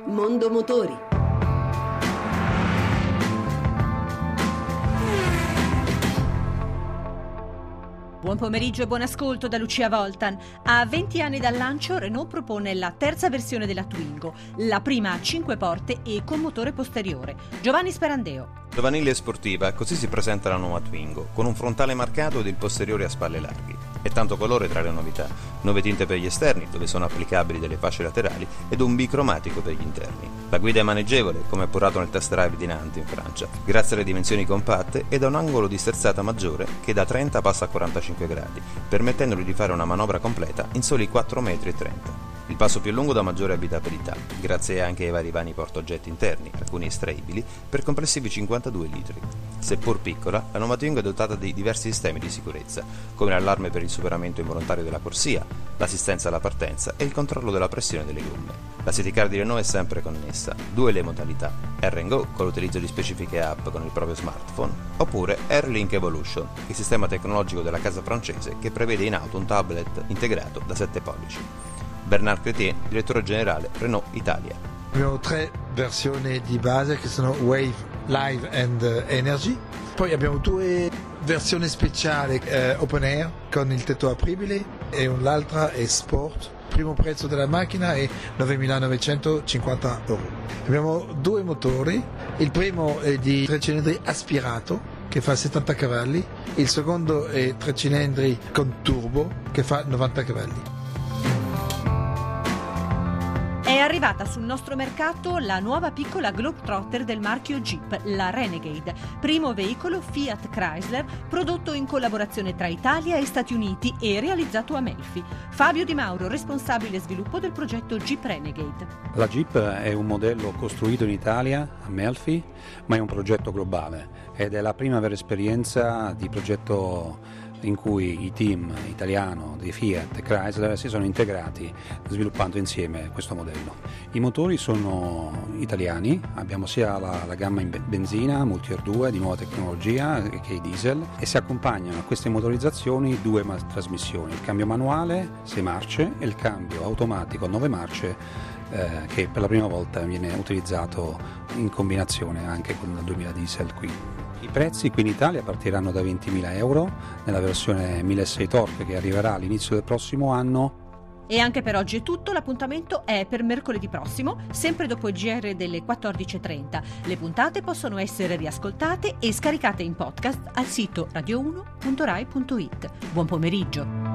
Mondo Motori. Buon pomeriggio e buon ascolto da Lucia Voltan. A 20 anni dal lancio, Renault propone la terza versione della Twingo, la prima a 5 porte e con motore posteriore. Giovanni Sperandeo. Giovanile e sportiva, così si presenta la nuova Twingo, con un frontale marcato ed il posteriore a spalle larghi. E tanto colore tra le novità: nuove tinte per gli esterni, dove sono applicabili delle fasce laterali, ed un bicromatico per gli interni. La guida è maneggevole, come appurato nel test drive di Nantes in Francia, grazie alle dimensioni compatte ed a un angolo di sterzata maggiore che da 30 passa a 45 gradi, permettendogli di fare una manovra completa in soli 4,30 m. Il passo più lungo da maggiore abitabilità, grazie anche ai vari vani portaoggetti interni, alcuni estraibili, per complessivi 52 litri. Seppur piccola, la nuova Twingo è dotata di diversi sistemi di sicurezza, come l'allarme per il superamento involontario della corsia, l'assistenza alla partenza e il controllo della pressione delle gomme. La City Car di Renault è sempre connessa, 2 le modalità: R&Go con l'utilizzo di specifiche app con il proprio smartphone, oppure R-Link Evolution, il sistema tecnologico della casa francese che prevede in auto un tablet integrato da 7 pollici. Bernard Chrétien, direttore generale Renault Italia. Abbiamo 3 versioni di base che sono Wave, Live and Energy. Poi abbiamo 2 versioni speciali Open Air con il tetto apribile e l'altra è Sport. Il primo prezzo della macchina è 9.950 €. Abbiamo 2 motori. Il primo è di 3 cilindri aspirato che fa 70 cavalli. Il secondo è 3 cilindri con turbo che fa 90 cavalli. È arrivata sul nostro mercato la nuova piccola Globetrotter del marchio Jeep, la Renegade, primo veicolo Fiat Chrysler prodotto in collaborazione tra Italia e Stati Uniti e realizzato a Melfi. Fabio Di Mauro, responsabile sviluppo del progetto Jeep Renegade. La Jeep è un modello costruito in Italia, a Melfi, ma è un progetto globale ed è la prima vera esperienza di progetto in cui i team italiano di Fiat e Chrysler si sono integrati sviluppando insieme questo modello. I motori sono italiani, abbiamo sia la gamma in benzina Multior 2 di nuova tecnologia che i diesel, e si accompagnano a queste motorizzazioni 2 trasmissioni, il cambio manuale 6 marce e il cambio automatico 9 marce che per la prima volta viene utilizzato in combinazione anche con il 2000 diesel qui. I prezzi qui in Italia partiranno da 20.000 € nella versione 1.600 Torque che arriverà all'inizio del prossimo anno. E anche per oggi è tutto, l'appuntamento è per mercoledì prossimo, sempre dopo il GR delle 14.30. Le puntate possono essere riascoltate e scaricate in podcast al sito radio1.rai.it. Buon pomeriggio!